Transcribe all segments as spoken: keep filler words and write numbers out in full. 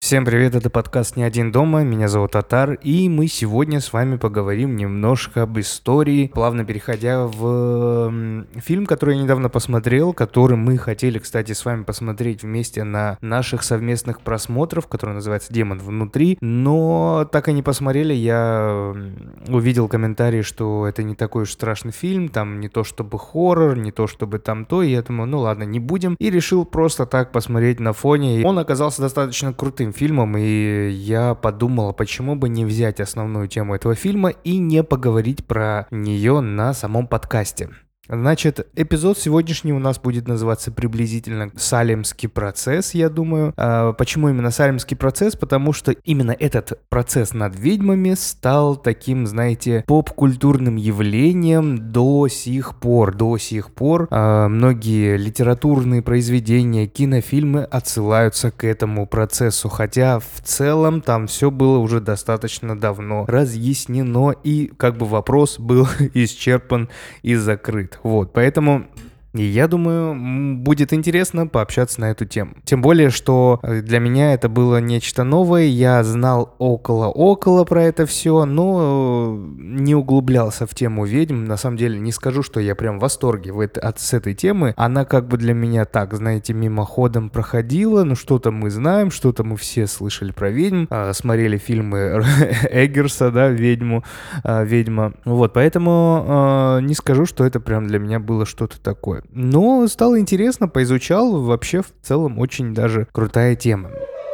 Всем привет, это подкаст «Не один дома», меня зовут Атар, и мы сегодня с вами поговорим немножко об истории, плавно переходя в м, фильм, который я недавно посмотрел, который мы хотели, кстати, с вами посмотреть вместе на наших совместных просмотрах, который называется «Демон внутри», но так и не посмотрели. Я м, увидел комментарии, что это не такой уж страшный фильм, там не то чтобы хоррор, не то чтобы там то, и я думаю, ну ладно, не будем, и решил просто так посмотреть на фоне. Он оказался достаточно крутым фильмом, и я подумал, почему бы не взять основную тему этого фильма и не поговорить про нее на самом подкасте. Значит, эпизод сегодняшний у нас будет называться приблизительно «Салемский процесс», я думаю. А почему именно «Салемский процесс»? Потому что именно этот процесс над ведьмами стал таким, знаете, поп-культурным явлением до сих пор. До сих пор а, многие литературные произведения, кинофильмы отсылаются к этому процессу, хотя в целом там все было уже достаточно давно разъяснено, и как бы вопрос был исчерпан и закрыт. Вот, поэтому я думаю, будет интересно пообщаться на эту тему. Тем более, что для меня это было нечто новое, я знал около-около про это все, но не углублялся в тему ведьм. На самом деле, не скажу, что я прям в восторге в это, от, с этой темы. Она как бы для меня так, знаете, мимоходом проходила, ну что-то мы знаем, что-то мы все слышали про ведьм, смотрели фильмы Эггерса, да, «Ведьму», «Ведьма». Вот, поэтому не скажу, что это прям для меня было что-то такое. Но стало интересно, поизучал, вообще в целом очень даже крутая тема.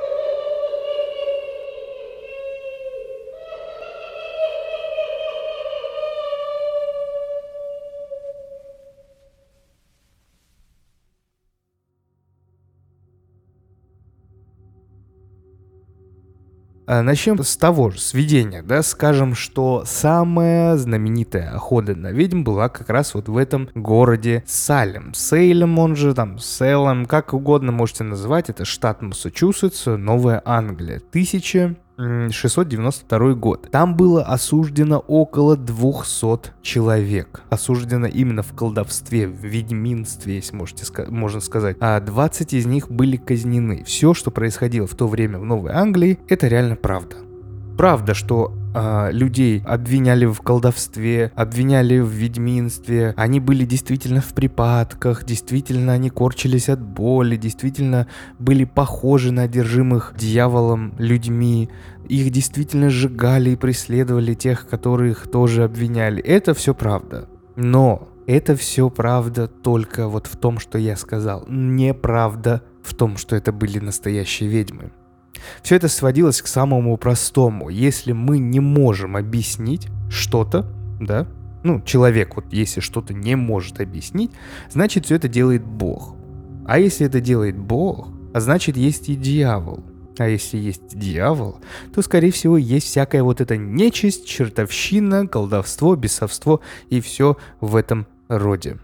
Начнем с того же, с введения, да, скажем, что самая знаменитая охота на ведьм была как раз вот в этом городе Салем. Сейлем, он же там, Селем, как угодно можете называть, это штат Массачусетс, Новая Англия, тысяча шестьсот девяносто второй год. Там было осуждено около двухсот человек. Осуждено именно в колдовстве, в ведьминстве, если можете, можно сказать. А двадцать из них были казнены. Все, что происходило в то время в Новой Англии, это реально правда. Правда, что э, людей обвиняли в колдовстве, обвиняли в ведьминстве, они были действительно в припадках, действительно они корчились от боли, действительно были похожи на одержимых дьяволом людьми, их действительно сжигали и преследовали тех, которых тоже обвиняли. Это все правда. Но это все правда только вот в том, что я сказал. Неправда в том, что это были настоящие ведьмы. Все это сводилось к самому простому. Если мы не можем объяснить что-то, да, ну, человек вот если что-то не может объяснить, значит, все это делает Бог. А если это делает Бог, значит, есть и дьявол. А если есть дьявол, то, скорее всего, есть всякая вот эта нечисть, чертовщина, колдовство, бесовство и все в этом роде.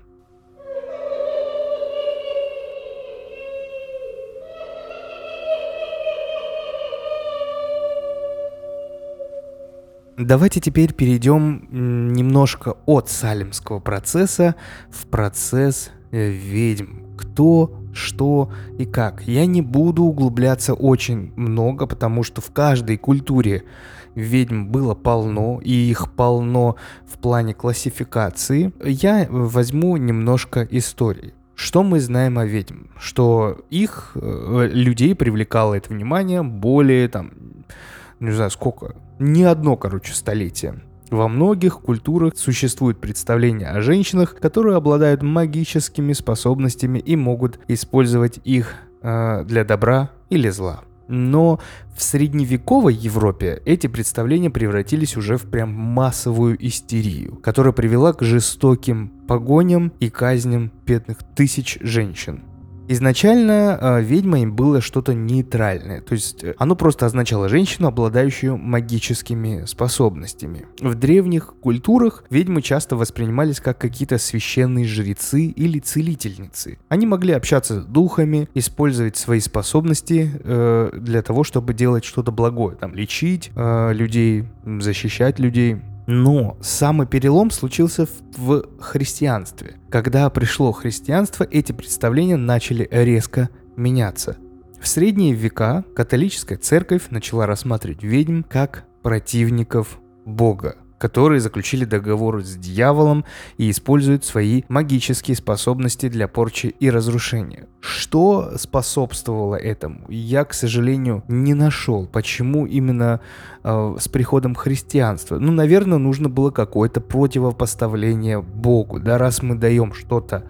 Давайте теперь перейдем немножко от Салемского процесса в процесс ведьм. Кто, что и как. Я не буду углубляться очень много, потому что в каждой культуре ведьм было полно, и их полно в плане классификации. Я возьму немножко истории. Что мы знаем о ведьм? Что их, людей, привлекало это внимание более там... не знаю сколько, не одно, короче, столетие. Во многих культурах существует представление о женщинах, которые обладают магическими способностями и могут использовать их э, для добра или зла. Но в средневековой Европе эти представления превратились уже в прям массовую истерию, которая привела к жестоким погоням и казням бедных тысяч женщин. Изначально э, ведьмой было что-то нейтральное, то есть оно просто означало женщину, обладающую магическими способностями. В древних культурах ведьмы часто воспринимались как какие-то священные жрецы или целительницы. Они могли общаться с духами, использовать свои способности э, для того, чтобы делать что-то благое, там лечить э, людей, защищать людей. Но самый перелом случился в, в христианстве. Когда пришло христианство, эти представления начали резко меняться. В средние века католическая церковь начала рассматривать ведьм как противников Бога, которые заключили договор с дьяволом и используют свои магические способности для порчи и разрушения. Что способствовало этому? Я, к сожалению, не нашел, почему именно э, с приходом христианства. Ну, наверное, нужно было какое-то противопоставление Богу, да, раз мы даем что-то,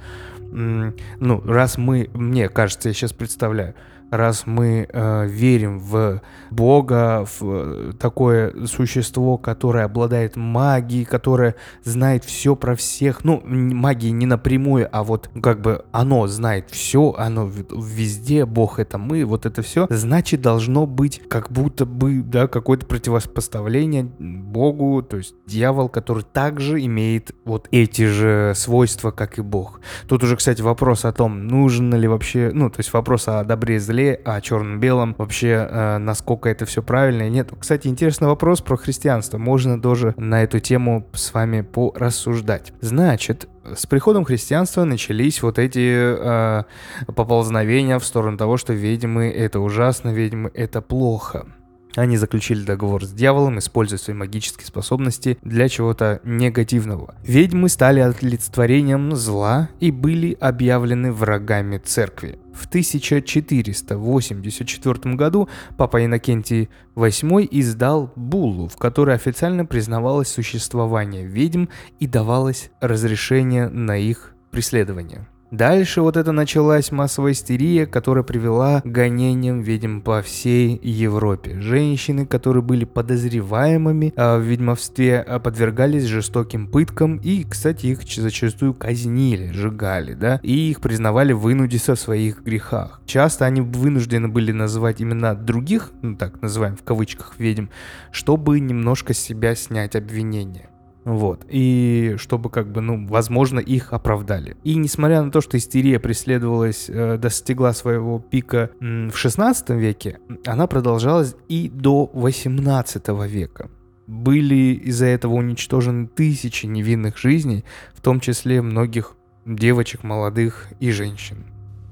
м, ну, раз мы, мне кажется, я сейчас представляю, раз мы э, верим в Бога, в э, такое существо, которое обладает магией, которое знает все про всех, ну, магии не напрямую, а вот как бы оно знает все, оно везде, Бог это мы, вот это все, значит, должно быть как будто бы, да, какое-то противопоставление Богу, то есть дьявол, который также имеет вот эти же свойства, как и Бог. Тут уже, кстати, вопрос о том, нужно ли вообще, ну, то есть вопрос о добре и зле, о черно-белом, вообще, э, насколько это все правильно и нет. Кстати, интересный вопрос про христианство. Можно тоже на эту тему с вами порассуждать. Значит, с приходом христианства начались вот эти э, поползновения в сторону того, что ведьмы — это ужасно, ведьмы — это плохо. Они заключили договор с дьяволом, используя свои магические способности для чего-то негативного. Ведьмы стали олицетворением зла и были объявлены врагами церкви. В тысяча четыреста восемьдесят четвёртом году папа Иннокентий восьмой издал буллу, в которой официально признавалось существование ведьм и давалось разрешение на их преследование. Дальше вот это началась массовая истерия, которая привела к гонениям ведьм по всей Европе. Женщины, которые были подозреваемыми в ведьмовстве, подвергались жестоким пыткам и, кстати, их зачастую казнили, сжигали, да, и их признавали вынудиться в своих грехах. Часто они вынуждены были называть имена других, ну так называем в кавычках, ведьм, чтобы немножко с себя снять обвинения. Вот, и чтобы как бы, ну, возможно, их оправдали. И несмотря на то, что истерия преследовалась, э, достигла своего пика м, в шестнадцатом веке, она продолжалась и до восемнадцатого века. Были из-за этого уничтожены тысячи невинных жизней, в том числе многих девочек, молодых и женщин.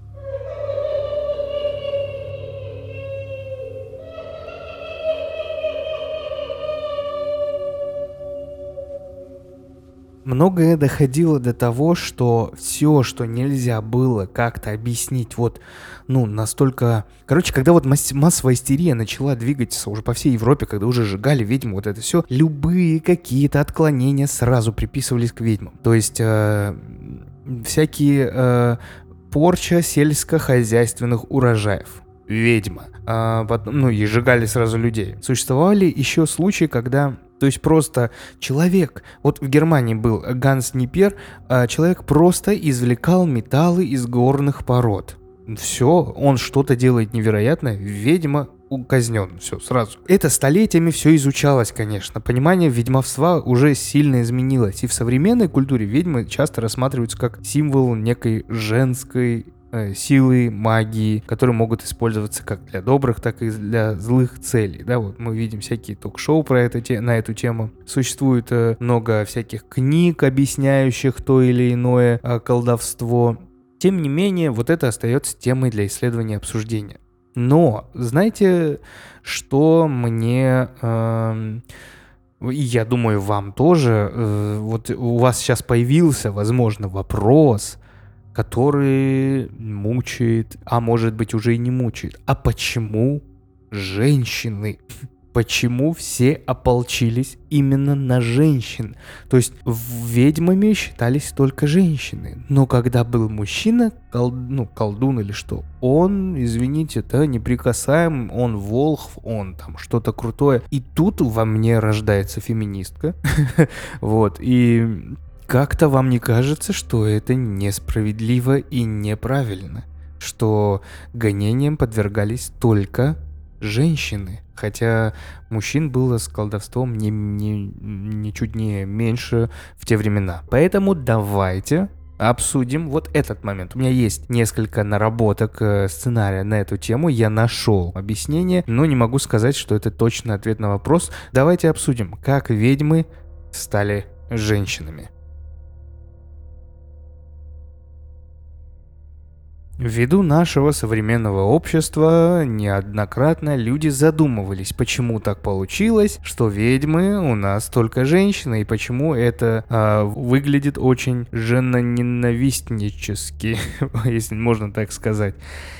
Многое доходило до того, что все, что нельзя было как-то объяснить, вот, ну, настолько... Короче, когда вот масс- массовая истерия начала двигаться уже по всей Европе, когда уже сжигали ведьм, вот это все, любые какие-то отклонения сразу приписывались к ведьмам. То есть э, всякие э, порча сельскохозяйственных урожаев. Ведьма. А потом, ну, и сжигали сразу людей. Существовали еще случаи, когда... То есть просто человек, вот в Германии был Ганс Ниппер, человек просто извлекал металлы из горных пород. Все, он что-то делает невероятное, ведьма казнен, все, сразу. Это столетиями все изучалось, конечно. Понимание ведьмовства уже сильно изменилось. И в современной культуре ведьмы часто рассматриваются как символ некой женской силы, магии, которые могут использоваться как для добрых, так и для злых целей. Да, вот мы видим всякие ток-шоу про это, на эту тему. Существует э, много всяких книг, объясняющих то или иное э, колдовство. Тем не менее, вот это остается темой для исследования и обсуждения. Но, знаете, что мне... Э, и я думаю, вам тоже, э, вот у вас сейчас появился, возможно, вопрос, который мучает, а может быть уже и не мучает. А почему женщины? Почему все ополчились именно на женщин? То есть ведьмами считались только женщины. Но когда был мужчина, кол, ну, колдун или что, он, извините, да, неприкасаем, он волхв, он там что-то крутое. И тут во мне рождается феминистка. Вот, и... Как-то вам не кажется, что это несправедливо и неправильно? Что гонениям подвергались только женщины? Хотя мужчин было с колдовством не, не, ничуть не меньше в те времена. Поэтому давайте обсудим вот этот момент. У меня есть несколько наработок сценария на эту тему. Я нашел объяснение, но не могу сказать, что это точный ответ на вопрос. Давайте обсудим, как ведьмы стали женщинами. Ввиду нашего современного общества неоднократно люди задумывались, почему так получилось, что ведьмы у нас только женщины, и почему это э, выглядит очень женоненавистнически, если можно так сказать.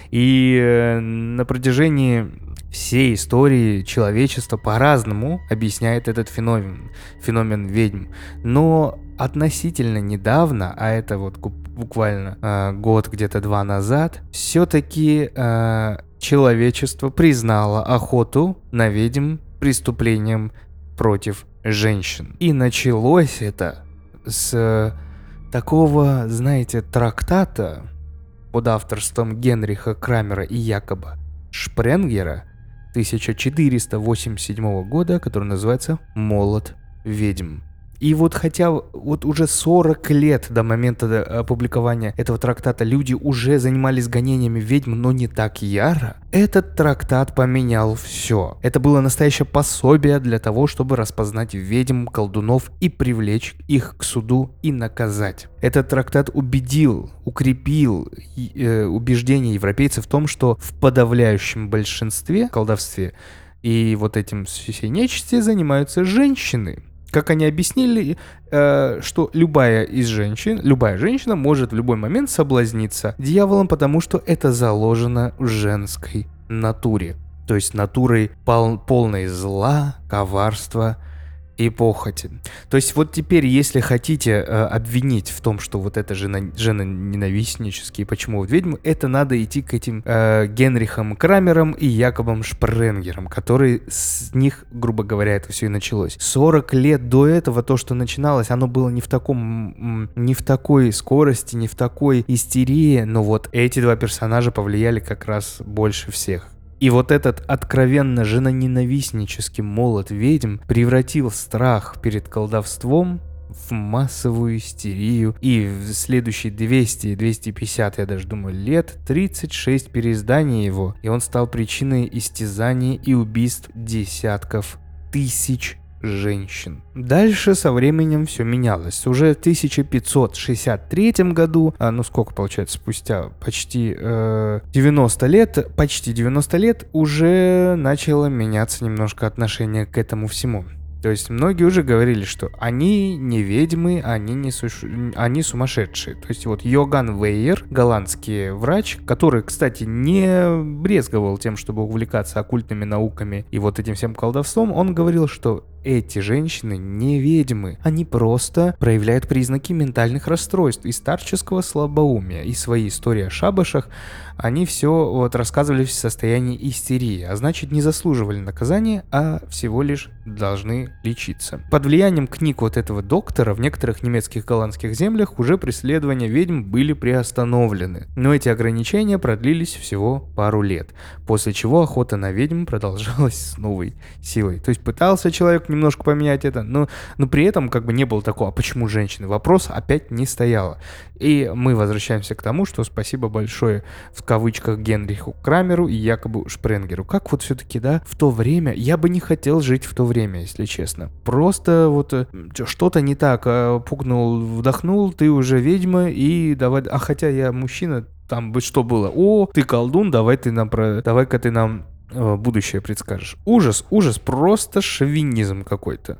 И э, на протяжении всей истории человечество по-разному объясняет этот феномен, феномен ведьм. Но относительно недавно, а это вот буквально э, год, где-то два назад, все-таки э, человечество признало охоту на ведьм преступлением против женщин. И началось это с э, такого, знаете, трактата под авторством Генриха Крамера и Якоба Шпренгера тысяча четыреста восемьдесят седьмого года, который называется «Молот ведьм». И вот хотя вот уже сорок лет до момента опубликования этого трактата люди уже занимались гонениями ведьм, но не так яро, этот трактат поменял все. Это было настоящее пособие для того, чтобы распознать ведьм, колдунов и привлечь их к суду и наказать. Этот трактат убедил, укрепил э, убеждение европейцев в том, что в подавляющем большинстве колдовстве и вот этим всей нечисти занимаются женщины. Как они объяснили, э, что любая из женщин, любая женщина может в любой момент соблазниться дьяволом, потому что это заложено в женской натуре. То есть натурой пол- полной зла, коварства и похоти. То есть вот теперь, если хотите э, обвинить в том, что вот это жена, женоненавистнические, почему вот ведьмы, это надо идти к этим э, Генрихам Крамерам и Якобом Шпренгерам, которые с них, грубо говоря, это все и началось. сорок лет до этого то, что начиналось, оно было не в таком, не в такой скорости, не в такой истерии, но вот эти два персонажа повлияли как раз больше всех. И вот этот откровенно женоненавистнический молот ведьм превратил страх перед колдовством в массовую истерию. И в следующие двести - двести пятьдесят, я даже думаю, лет, тридцать шесть переизданий его. И он стал причиной истязаний и убийств десятков тысяч женщин. Дальше со временем все менялось. Уже в тысяча пятьсот шестьдесят третьем году, а, ну сколько получается, спустя почти э, девяносто лет, почти девяносто лет, уже начало меняться немножко отношение к этому всему. То есть многие уже говорили, что они не ведьмы, они не суш... они сумасшедшие. То есть вот Йоган Вейер, голландский врач, который, кстати, не брезговал тем, чтобы увлекаться оккультными науками и вот этим всем колдовством, он говорил, что эти женщины не ведьмы, они просто проявляют признаки ментальных расстройств и старческого слабоумия. И свои истории о шабашах они все вот рассказывали в состоянии истерии, а значит не заслуживали наказания, а всего лишь должны лечиться. Под влиянием книг вот этого доктора в некоторых немецких голландских землях уже преследования ведьм были приостановлены, но эти ограничения продлились всего пару лет, после чего охота на ведьм продолжалась с новой силой. То есть пытался человек немножко поменять это, но, но при этом как бы не было такого, а почему женщины? Вопрос опять не стояло. И мы возвращаемся к тому, что спасибо большое в кавычках Генриху Крамеру и Якобу Шпренгеру. Как вот все-таки, да, в то время, я бы не хотел жить в то время, если честно. Просто вот что-то не так, пукнул, вдохнул, ты уже ведьма, и давай, а хотя я мужчина, там бы что было? О, ты колдун, давай ты нам про, давай-ка ты нам будущее предскажешь. Ужас, ужас, просто шовинизм какой-то.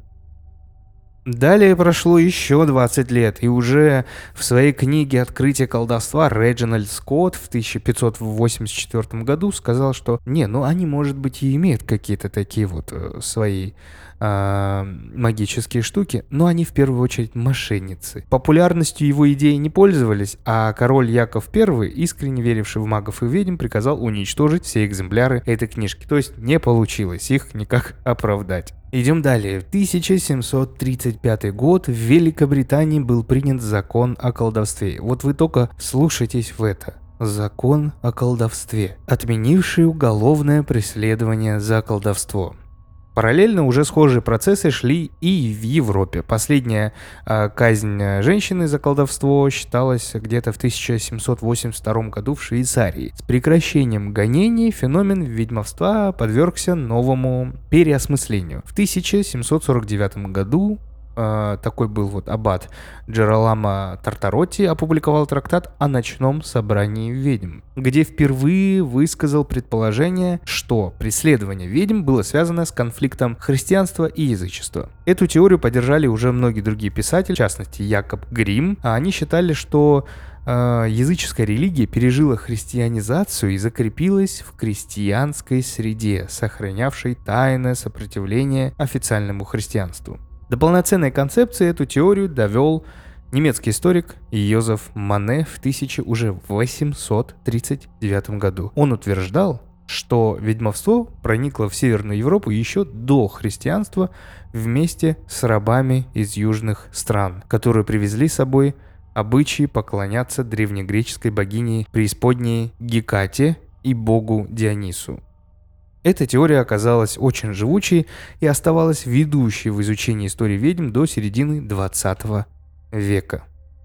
Далее прошло еще двадцать лет, и уже в своей книге «Открытие колдовства» Реджинальд Скотт в тысяча пятьсот восемьдесят четвёртом году сказал, что не, ну они, может быть, и имеют какие-то такие вот э, свои э, магические штуки, но они в первую очередь мошенницы. Популярностью его идеи не пользовались, а король Яков Первый, искренне веривший в магов и ведьм, приказал уничтожить все экземпляры этой книжки. То есть не получилось их никак оправдать. Идем далее. В тысяча семьсот тридцать пятый год в Великобритании был принят закон о колдовстве. Вот вы только вслушайтесь в это. Закон о колдовстве, отменивший уголовное преследование за колдовство. Параллельно уже схожие процессы шли и в Европе. Последняя э, казнь женщины за колдовство считалась где-то в тысяча семьсот восемьдесят втором году в Швейцарии. С прекращением гонений феномен ведьмовства подвергся новому переосмыслению. В тысяча семьсот сорок девятом году э, такой был вот аббат Джеролама Тартаротти, опубликовал трактат о ночном собрании ведьм, где впервые высказал предположение, что преследование ведьм было связано с конфликтом христианства и язычества. Эту теорию поддержали уже многие другие писатели, в частности Якоб Грим, а они считали, что э, языческая религия пережила христианизацию и закрепилась в крестьянской среде, сохранявшей тайное сопротивление официальному христианству. До полноценной концепции эту теорию довел немецкий историк Йозеф Мане в тысяча восемьсот тридцать девятом году. Он утверждал, что ведьмовство проникло в Северную Европу еще до христианства вместе с рабами из южных стран, которые привезли с собой обычаи поклоняться древнегреческой богине преисподней Гекате и богу Дионису. Эта теория оказалась очень живучей и оставалась ведущей в изучении истории ведьм до середины двадцатого века.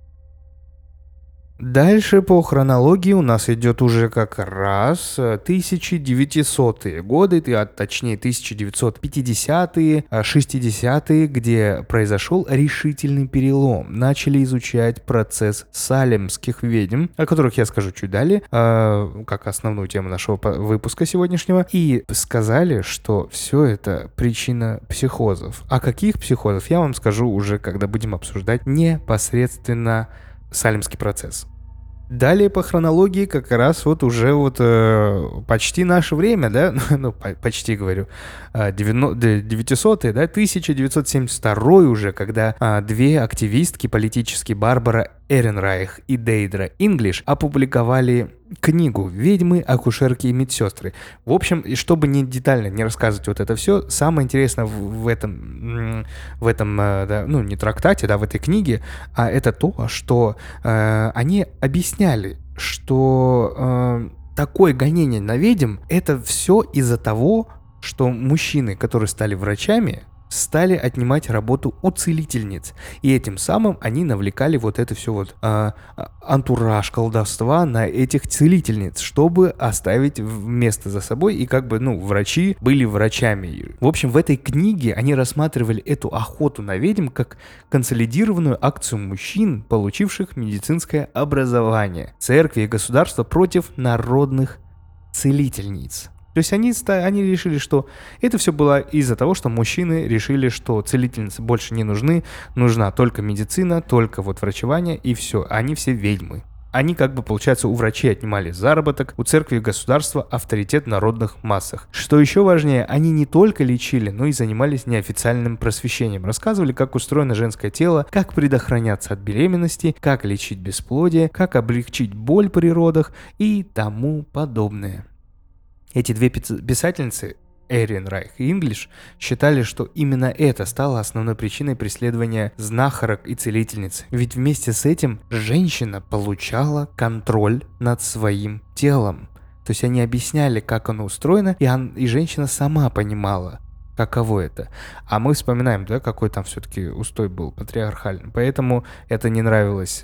Дальше по хронологии у нас идет уже как раз тысяча девятисотые годы, а точнее тысяча девятьсот пятидесятые, шестидесятые, где произошел решительный перелом. Начали изучать процесс салемских ведьм, о которых я скажу чуть далее, как основную тему нашего выпуска сегодняшнего, и сказали, что все это причина психозов. А каких психозов, я вам скажу уже, когда будем обсуждать непосредственно салемский процесс. Далее по хронологии как раз вот уже вот э, почти наше время, да, ну по- почти говорю, э, девятисотые, да, тысяча девятьсот семьдесят второй уже, когда э, две активистки политические, Барбара Эренрайх и Дейдра Инглиш, опубликовали книгу «Ведьмы, акушерки и медсестры». В общем, и чтобы не детально не рассказывать вот это все, самое интересное в, в этом, в этом да, ну, не трактате, да, в этой книге, а это то, что э, они объясняли, что э, такое гонение на ведьм — это все из-за того, что мужчины, которые стали врачами, стали отнимать работу у целительниц. И этим самым они навлекали вот это все вот э, антураж колдовства на этих целительниц, чтобы оставить место за собой, и как бы, ну, врачи были врачами. В общем, в этой книге они рассматривали эту охоту на ведьм как консолидированную акцию мужчин, получивших медицинское образование, церкви и государства против народных целительниц. То есть они, они решили, что это все было из-за того, что мужчины решили, что целительницы больше не нужны, нужна только медицина, только вот врачевание, и все. Они все ведьмы. Они как бы, получается, у врачей отнимали заработок, у церкви и государства авторитет в народных массах. Что еще важнее, они не только лечили, но и занимались неофициальным просвещением. Рассказывали, как устроено женское тело, как предохраняться от беременности, как лечить бесплодие, как облегчить боль при родах и тому подобное. Эти две писательницы, Эренрайх и Инглиш, считали, что именно это стало основной причиной преследования знахарок и целительниц. Ведь вместе с этим женщина получала контроль над своим телом. То есть они объясняли, как оно устроено, и, он, и женщина сама понимала, каково это. А мы вспоминаем, да, какой там все-таки устой был патриархальный. Поэтому это не нравилось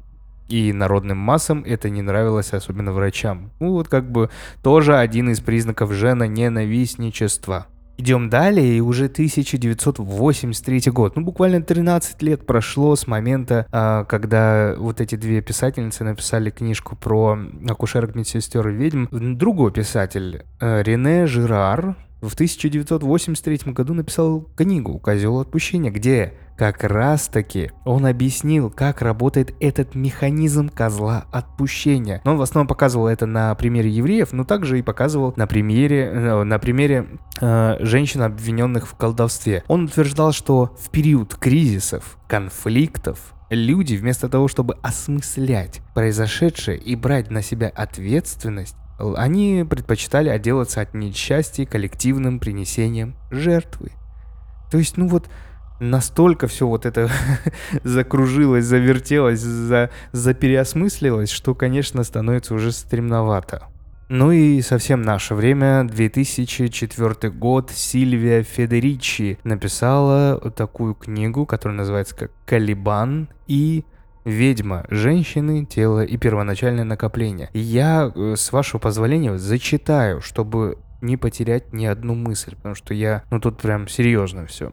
и народным массам, это не нравилось особенно врачам. Ну вот как бы тоже один из признаков женоненавистничества. Идем далее, и уже тысяча девятьсот восемьдесят третий год. Ну, буквально тринадцать лет прошло с момента, когда вот эти две писательницы написали книжку про акушерок, медсестер и ведьм. Другой писатель, Рене Жирар, в тысяча девятьсот восемьдесят третьем году написал книгу «Козел отпущения», где как раз-таки он объяснил, как работает этот механизм козла отпущения. Но он в основном показывал это на примере евреев, но также и показывал на примере, на примере э, женщин, обвиненных в колдовстве. Он утверждал, что в период кризисов, конфликтов, люди вместо того, чтобы осмыслять произошедшее и брать на себя ответственность, они предпочитали отделаться от несчастья коллективным принесением жертвы. То есть, ну вот, настолько все вот это закружилось, завертелось, за, запереосмыслилось, что, конечно, становится уже стремновато. Ну и совсем наше время, две тысячи четвёртый год, Сильвия Федеричи написала такую книгу, которая называется как «Калибан» и «Ведьма. Женщины, тело и первоначальное накопление». Я, с вашего позволения, зачитаю, чтобы не потерять ни одну мысль, потому что я, ну тут прям серьезно все.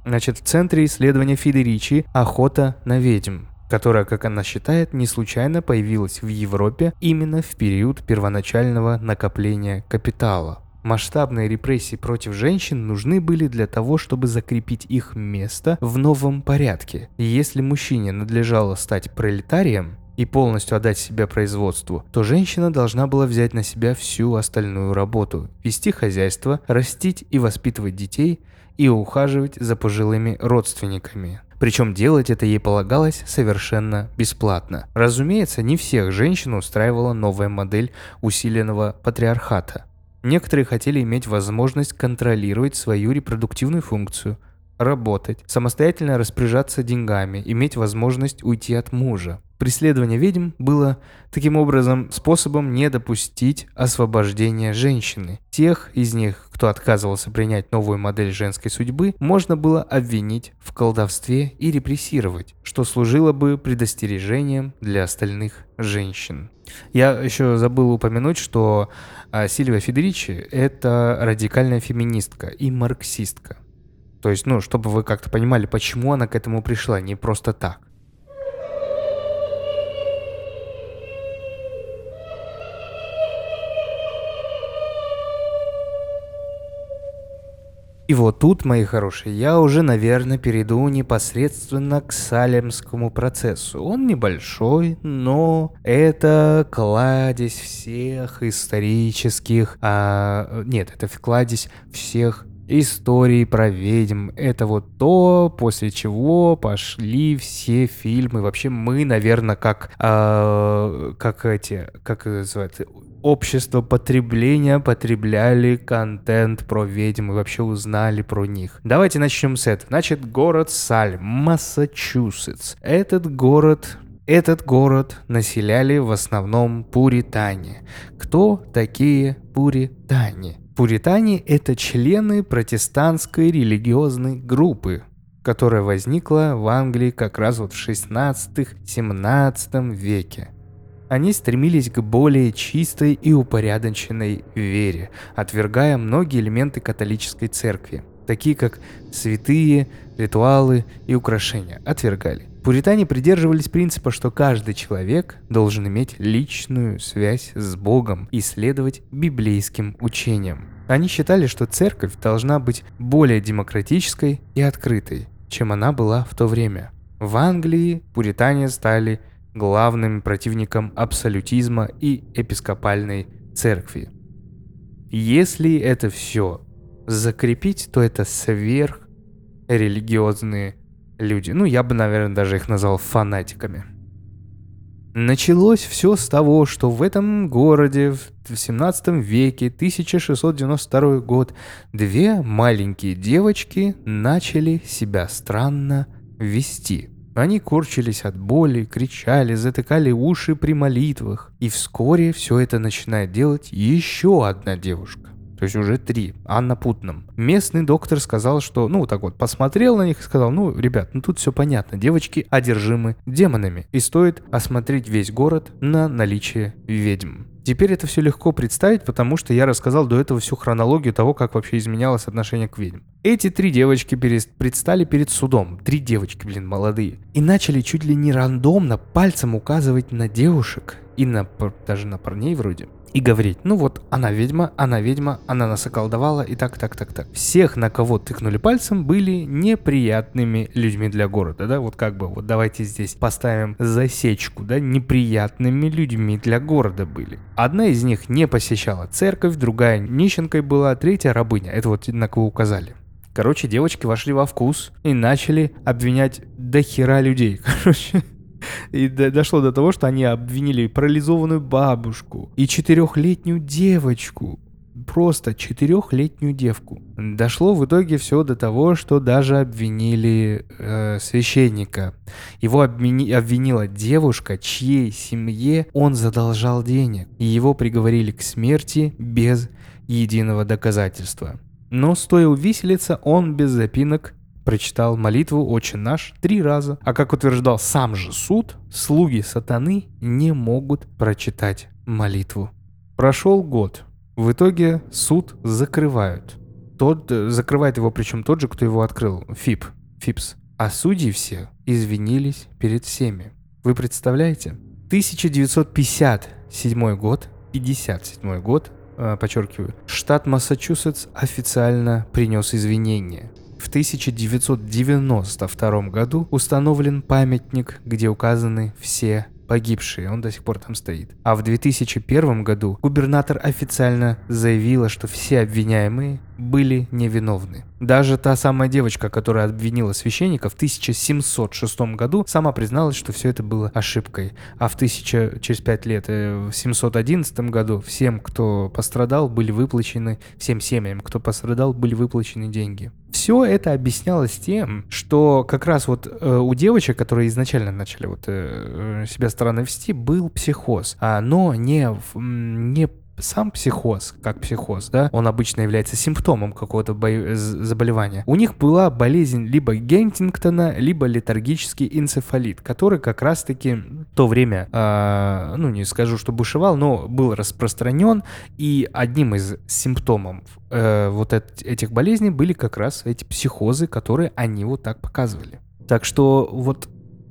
Значит, в центре исследования Федеричи охота на ведьм, которая, как она считает, не случайно появилась в Европе именно в период первоначального накопления капитала. Масштабные репрессии против женщин нужны были для того, чтобы закрепить их место в новом порядке. И если мужчине надлежало стать пролетарием и полностью отдать себя производству, то женщина должна была взять на себя всю остальную работу, вести хозяйство, растить и воспитывать детей и ухаживать за пожилыми родственниками. Причем делать это ей полагалось совершенно бесплатно. Разумеется, не всех женщин устраивала новая модель усиленного патриархата. Некоторые хотели иметь возможность контролировать свою репродуктивную функцию, работать, самостоятельно распоряжаться деньгами, иметь возможность уйти от мужа. Преследование ведьм было таким образом способом не допустить освобождения женщины. Тех из них, кто отказывался принять новую модель женской судьбы, можно было обвинить в колдовстве и репрессировать, что служило бы предостережением для остальных женщин. Я еще забыл упомянуть, что а, Сильвия Федеричи – это радикальная феминистка и марксистка. То есть, ну, чтобы вы как-то понимали, почему она к этому пришла, не просто так. И вот тут, мои хорошие, я уже, наверное, перейду непосредственно к Салемскому процессу. Он небольшой, но это кладезь всех исторических... А, нет, это кладезь всех историй про ведьм. Это вот то, после чего пошли все фильмы. Вообще мы, наверное, как, а, как эти, как это называется... общество потребления потребляли контент про ведьм и вообще узнали про них. Давайте начнем с этого. Значит, город Салем, Массачусетс. Этот город... Этот город населяли в основном пуритане. Кто такие пуритане? Пуритане – это члены протестантской религиозной группы, которая возникла в Англии как раз вот в шестнадцатом-семнадцатом веке. Они стремились к более чистой и упорядоченной вере, отвергая многие элементы католической церкви, такие как святые, ритуалы и украшения, отвергали. Пуритане придерживались принципа, что каждый человек должен иметь личную связь с Богом и следовать библейским учениям. Они считали, что церковь должна быть более демократической и открытой, чем она была в то время. В Англии пуритане стали главным противником абсолютизма и епископальной церкви. Если это все закрепить, то это сверхрелигиозные люди. Ну, я бы, наверное, даже их назвал фанатиками. Началось все с того, что в этом городе в семнадцатом веке, тысяча шестьсот девяносто второй год, две маленькие девочки начали себя странно вести. Они корчились от боли, кричали, затыкали уши при молитвах. И вскоре все это начинает делать еще одна девушка. То есть уже три. Анна Путнам. Местный доктор сказал, что, ну, вот так вот, посмотрел на них и сказал, ну, ребят, ну тут все понятно. Девочки одержимы демонами. И стоит осмотреть весь город на наличие ведьм. Теперь это все легко представить, потому что я рассказал до этого всю хронологию того, как вообще изменялось отношение к ведьм. Эти три девочки предстали перед судом. Три девочки, блин, молодые. И начали чуть ли не рандомно пальцем указывать на девушек и на даже на парней вроде. И говорить, ну вот, она ведьма, она ведьма, она нас околдовала и так, так, так, так. Всех, на кого тыкнули пальцем, были неприятными людьми для города, да, вот как бы, вот давайте здесь поставим засечку, да, неприятными людьми для города были. Одна из них не посещала церковь, другая нищенкой была, третья рабыня, это вот на кого указали. Короче, девочки вошли во вкус и начали обвинять до хера людей, короче. И дошло до того, что они обвинили парализованную бабушку и четырехлетнюю девочку. Просто четырехлетнюю девку. Дошло в итоге все до того, что даже обвинили э, священника. Его обвини- обвинила девушка, чьей семье он задолжал денег. И его приговорили к смерти без единого доказательства. Но стоя у виселицы, он без запинок прочитал молитву «Отче наш» три раза. А как утверждал сам же суд, слуги сатаны не могут прочитать молитву. Прошел год. В итоге суд закрывают. тот, закрывает его причем тот же, кто его открыл, ФИП, ФИПС. А судьи все извинились перед всеми. Вы представляете? тысяча девятьсот пятьдесят седьмой год, пятьдесят седьмой год, э, подчеркиваю, штат Массачусетс официально принес извинения. В тысяча девятьсот девяносто втором году установлен памятник, где указаны все погибшие, он до сих пор там стоит. А в две тысячи первом году губернатор официально заявила, что все обвиняемые были невиновны. Даже та самая девочка, которая обвинила священника в тысяча семьсот шестом году, сама призналась, что все это было ошибкой. А в тысяча, через пять лет, в семьсот одиннадцатом году всем, кто пострадал, были выплачены, всем семьям, кто пострадал, были выплачены деньги. Все это объяснялось тем, что как раз вот э, у девочек, которые изначально начали вот э, себя странно вести, был психоз, а, но не, не сам психоз, как психоз, да, он обычно является симптомом какого-то бо- заболевания. У них была болезнь либо Гентингтона, либо летаргический энцефалит, который как раз-таки в то время, э, ну не скажу, что бушевал, но был распространен, и одним из симптомов э, вот эт- этих болезней были как раз эти психозы, которые они вот так показывали. Так что вот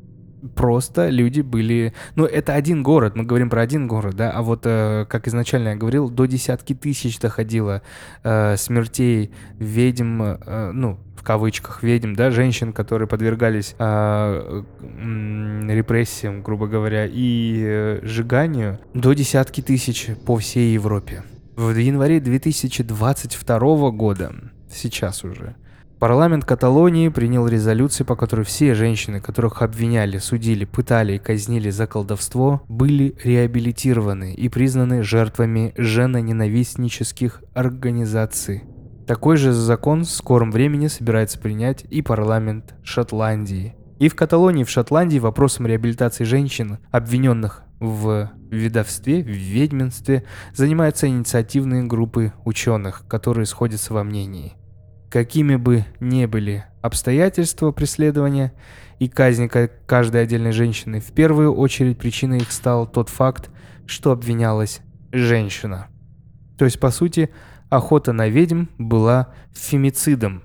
просто люди были... Ну, это один город, мы говорим про один город, да, а вот, э, как изначально я говорил, до десятки тысяч доходило э, смертей ведьм, э, ну, в кавычках ведьм, да, женщин, которые подвергались э, э, репрессиям, грубо говоря, и э, сжиганию, до десятки тысяч по всей Европе. В январе две тысячи двадцать второго года, сейчас уже, парламент Каталонии принял резолюцию, по которой все женщины, которых обвиняли, судили, пытали и казнили за колдовство, были реабилитированы и признаны жертвами женоненавистнических организаций. Такой же закон в скором времени собирается принять и парламент Шотландии. И в Каталонии, и в Шотландии вопросом реабилитации женщин, обвиненных в ведовстве, в ведьминстве, занимаются инициативные группы ученых, которые сходятся во мнении. Какими бы ни были обстоятельства преследования и казни каждой отдельной женщины, в первую очередь причиной их стал тот факт, что обвинялась женщина. То есть, по сути, охота на ведьм была фемицидом,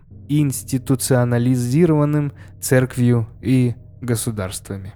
институционализированным церковью и государствами.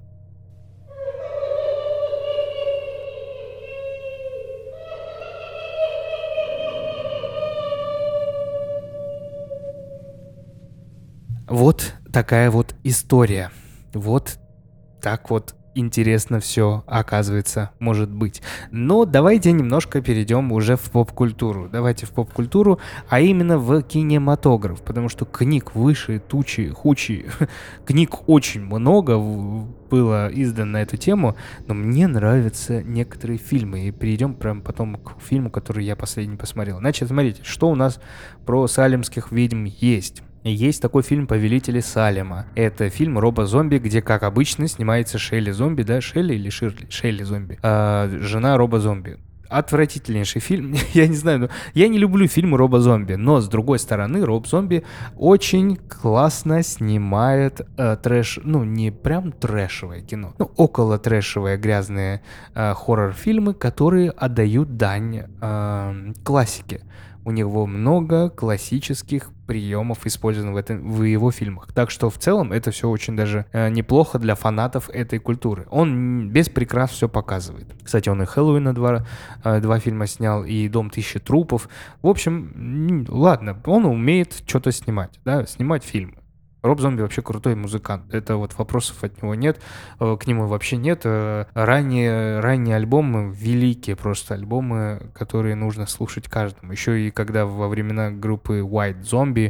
Вот такая вот история. Вот так вот интересно все, оказывается, может быть. Но давайте немножко перейдем уже в поп-культуру. Давайте в поп-культуру, а именно в кинематограф. Потому что книг выше тучи, хучи. Книг очень много было издано на эту тему. Но мне нравятся некоторые фильмы. И перейдем прям потом к фильму, который я последний посмотрел. Значит, смотрите, что у нас про салемских ведьм есть. Есть такой фильм «Повелители Салема». Это фильм Роба Зомби, где, как обычно, снимается Шелли Зомби, да, Шелли или Ширли? Шелли Зомби. А, жена Роба Зомби. Отвратительнейший фильм. Я не знаю, но я не люблю фильмы Роба Зомби, но, с другой стороны, Роб Зомби очень классно снимает э, трэш, ну, не прям трэшевое кино, ну, около трэшевые грязные э, хоррор-фильмы, которые отдают дань э, классике. У него много классических приемов использовано в, этом, в его фильмах. Так что в целом это все очень даже э, неплохо для фанатов этой культуры. Он без прикрас все показывает. Кстати, он и Хэллоуина два, э, два фильма снял, и Дом тысячи трупов. В общем, ладно, он умеет что-то снимать, да, снимать фильмы. Роб Зомби вообще крутой музыкант. Это вот вопросов от него нет, к нему вообще нет. Ранние, ранние альбомы, великие просто альбомы, которые нужно слушать каждому. Еще и когда во времена группы White Zombie,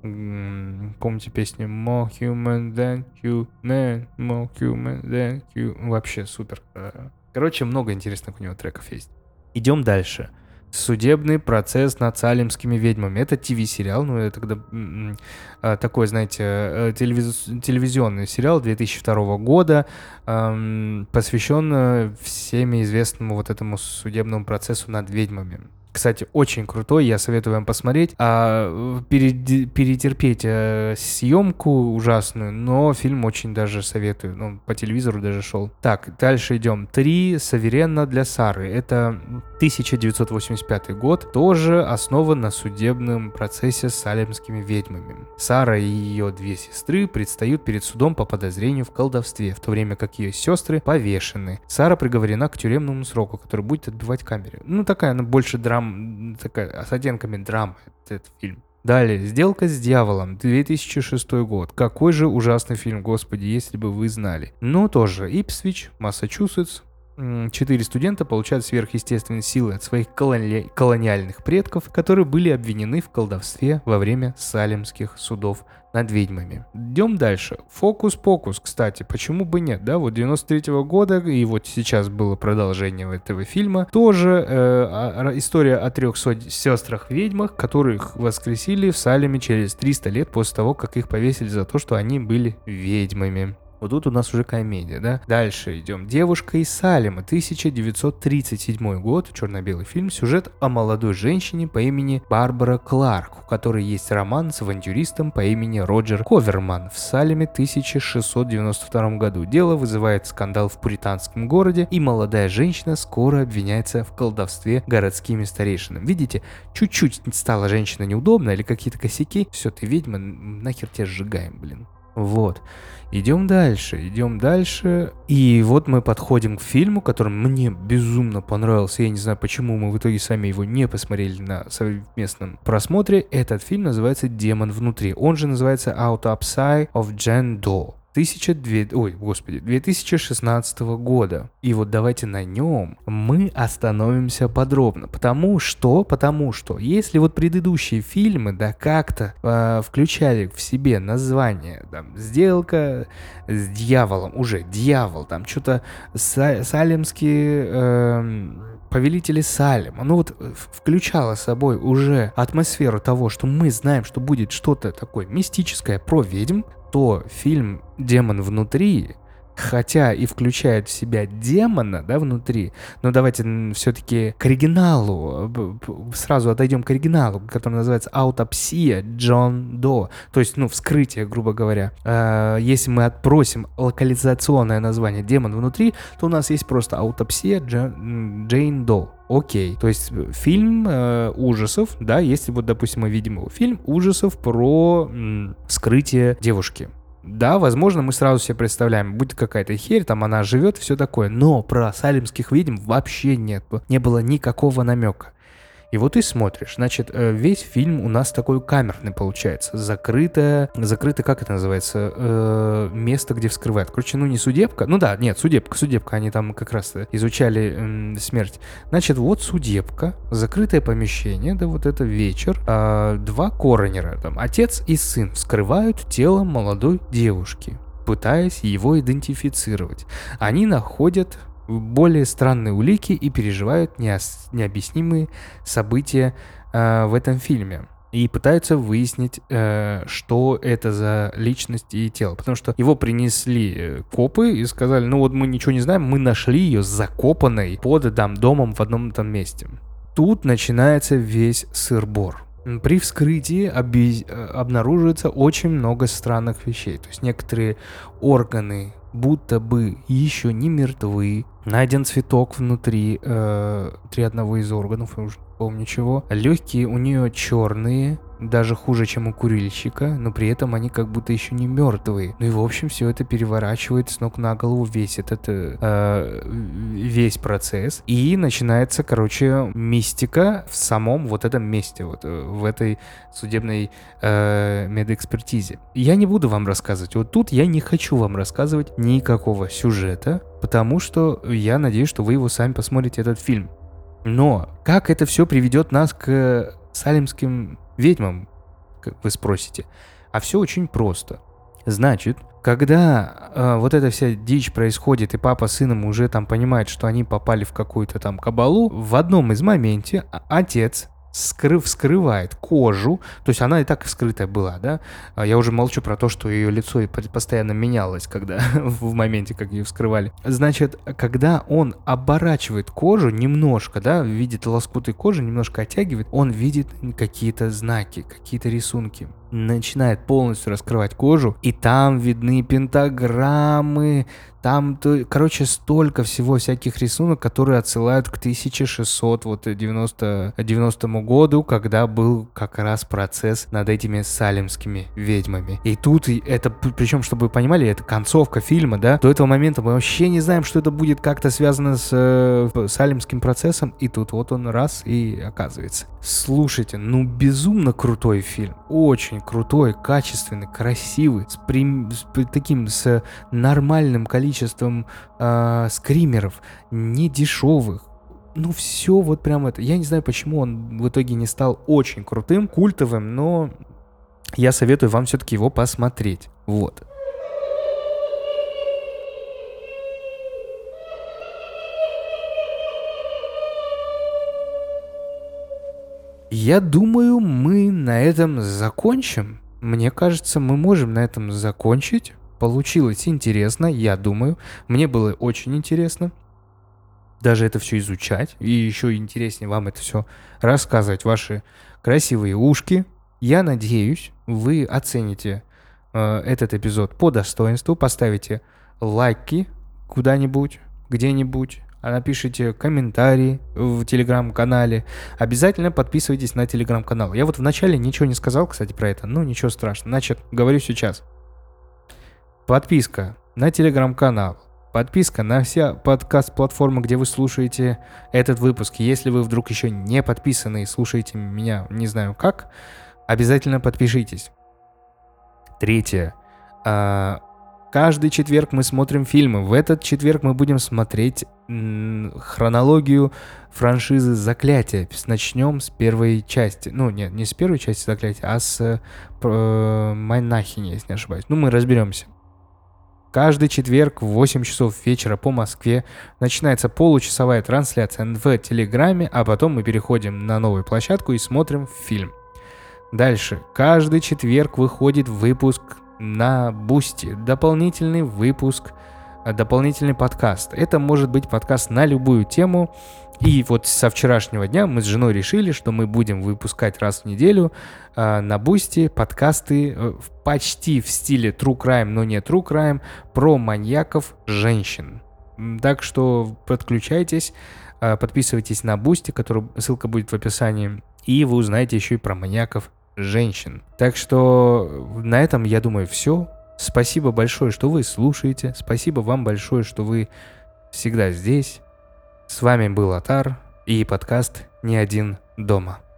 помните песню More Human Than Human, More Human Than Human, вообще супер. Короче, много интересных у него треков есть. Идем дальше. Судебный процесс над салемскими ведьмами. Это ти ви-сериал, ну это тогда м-м, такой, знаете, телевиз... телевизионный сериал две тысячи второго года, эм, посвящен всеми известному вот этому судебному процессу над ведьмами. Кстати, очень крутой, я советую вам посмотреть. А, перед, перетерпеть а, съемку ужасную, но фильм очень даже советую. Ну, по телевизору даже шел. Так, дальше идем. Три Саверена для Сары. Это тысяча девятьсот восемьдесят пятый год, тоже основан на судебном процессе с салемскими ведьмами. Сара и ее две сестры предстают перед судом по подозрению в колдовстве, в то время как ее сестры повешены. Сара приговорена к тюремному сроку, который будет отбивать в камере. Ну, такая, она больше драм, такая, с оттенками драмы, этот фильм. Далее, «Сделка с дьяволом», две тысячи шестой год. Какой же ужасный фильм, господи, если бы вы знали. Но тоже Ипсвич, Массачусетс. Четыре студента получают сверхъестественные силы от своих колони... колониальных предков, которые были обвинены в колдовстве во время салемских судов над ведьмами. Идем дальше. «Фокус-покус», кстати, почему бы нет, да? Вот девяносто третьего года, и вот сейчас было продолжение этого фильма. Тоже э, история о трех сестрах-ведьмах, которых воскресили в Салеме через триста лет после того, как их повесили за то, что они были ведьмами. Вот тут у нас уже комедия, да? Дальше идем. «Девушка из Салема», тысяча девятьсот тридцать седьмой год, черно-белый фильм, сюжет о молодой женщине по имени Барбара Кларк, у которой есть роман с авантюристом по имени Роджер Коверман в Салеме тысяча шестьсот девяносто втором году. Дело вызывает скандал в пуританском городе, и молодая женщина скоро обвиняется в колдовстве городскими старейшинами. Видите, чуть-чуть стала женщина неудобна или какие-то косяки, все, ты ведьма, нахер тебя сжигаем, блин. Вот. Идем дальше, идем дальше. И вот мы подходим к фильму, который мне безумно понравился. Я не знаю, почему мы в итоге сами его не посмотрели на совместном просмотре. Этот фильм называется «Демон внутри». Он же называется «Autopsy of Jane Doe». тысяча две... Ой, господи, две тысячи шестнадцатого года. И вот давайте на нем мы остановимся подробно. Потому что, потому что, если вот предыдущие фильмы, да, как-то э, включали в себе название, там, «Сделка с дьяволом», уже «Дьявол», там, что-то са- салемские... Э, повелители Салема, ну вот включала собой уже атмосферу того, что мы знаем, что будет что-то такое мистическое про ведьм, то фильм «Демон внутри», хотя и включает в себя демона, да, внутри, но давайте все-таки к оригиналу, сразу отойдем к оригиналу, который называется «Аутопсия Джон До», то есть, ну, вскрытие, грубо говоря. Если мы отбросим локализационное название «Демон внутри», то у нас есть просто «Аутопсия Джейн До». Окей, то есть фильм э, ужасов, да, если вот, допустим, мы видим его, фильм ужасов про м, вскрытие девушки. Да, возможно, мы сразу себе представляем, будет какая-то херь, там она живет, все такое, но про салемских ведьм вообще нет, не было никакого намека. И вот ты смотришь, значит, весь фильм у нас такой камерный получается, закрытое, закрытое, как это называется, э, место, где вскрывают. Короче, ну не судебка, ну да, нет, судебка, судебка, они там как раз изучали э, смерть. Значит, вот судебка, закрытое помещение, да, вот это вечер, э, два коронера, там, отец и сын вскрывают тело молодой девушки, пытаясь его идентифицировать. Они находят более странные улики и переживают неос- необъяснимые события э, в этом фильме. И пытаются выяснить, э, что это за личность и тело. Потому что его принесли копы и сказали, ну вот мы ничего не знаем, мы нашли ее закопанной под там, домом в одном там месте. Тут начинается весь сыр-бор. При вскрытии оби- обнаруживается очень много странных вещей. То есть некоторые органы будто бы еще не мертвы. Найден цветок внутри, э, внутри одного из органов, я уже не помню чего. Легкие у нее черные, даже хуже, чем у курильщика, но при этом они как будто еще не мертвые. Ну и в общем все это переворачивает с ног на голову весь этот, э, весь процесс. И начинается, короче, мистика в самом вот этом месте, вот в этой судебной э, медэкспертизе. Я не буду вам рассказывать. Вот тут я не хочу вам рассказывать никакого сюжета, потому что я надеюсь, что вы его сами посмотрите, этот фильм. Но как это все приведет нас к салемским ведьмам, как вы спросите? А все очень просто. Значит, когда э, вот эта вся дичь происходит, и папа с сыном уже там понимает, что они попали в какую-то там кабалу, в одном из моменте отец скрыв, скрывает кожу, то есть она и так вскрытая была, да, я уже молчу про то, что ее лицо постоянно менялось, когда в моменте, как ее вскрывали. Значит, когда он оборачивает кожу немножко, да, видит лоскуты кожи, немножко оттягивает, он видит какие-то знаки, какие-то рисунки. начинает полностью раскрывать кожу, и там видны пентаграммы, там, то, короче, столько всего всяких рисунок, которые отсылают к тысяча шестьсот девяностому году, когда был как раз процесс над этими салемскими ведьмами. И тут это, причем, чтобы вы понимали, это концовка фильма, да, до этого момента мы вообще не знаем, что это будет как-то связано с э, салемским процессом, и тут вот он раз и оказывается. Слушайте, ну безумно крутой фильм, очень крутой, качественный, красивый, с, прим... с таким, с нормальным количеством количеством э, скримеров, не дешевых. Ну, все вот прям это. Я не знаю, почему он в итоге не стал очень крутым, культовым, но я советую вам все-таки его посмотреть. Вот. Я думаю, мы на этом закончим. Мне кажется, мы можем на этом закончить. Получилось интересно, я думаю. Мне было очень интересно даже это все изучать. И еще интереснее вам это все рассказывать, ваши красивые ушки. Я надеюсь, вы оцените э, этот эпизод по достоинству, поставите лайки куда-нибудь, где-нибудь, а напишите комментарии в телеграм-канале. Обязательно подписывайтесь на телеграм-канал. Я вот вначале ничего не сказал, кстати, про это. Ну, ничего страшного. Значит, говорю сейчас. Подписка на телеграм-канал, подписка на все подкаст-платформы, где вы слушаете этот выпуск. Если вы вдруг еще не подписаны и слушаете меня, не знаю как, обязательно подпишитесь. Третье. Каждый четверг мы смотрим фильмы. В этот четверг мы будем смотреть м, хронологию франшизы «Заклятие». Начнем с первой части. Ну, нет, не с первой части «Заклятия», а с э, монахини, если не ошибаюсь. Ну, мы разберемся. Каждый четверг в восемь часов вечера по Москве начинается получасовая трансляция в Телеграме, а потом мы переходим на новую площадку и смотрим фильм. Дальше. Каждый четверг выходит выпуск на Бусти. Дополнительный выпуск, дополнительный подкаст. Это может быть подкаст на любую тему. И вот со вчерашнего дня мы с женой решили, что мы будем выпускать раз в неделю э, на Бусти подкасты э, почти в стиле True Crime, но не True Crime, про маньяков женщин. Так что подключайтесь, э, подписывайтесь на Бусти, который, ссылка будет в описании, и вы узнаете еще и про маньяков женщин. Так что на этом, я думаю, все. Спасибо большое, что вы слушаете. Спасибо вам большое, что вы всегда здесь. С вами был Атар и подкаст «Не один дома».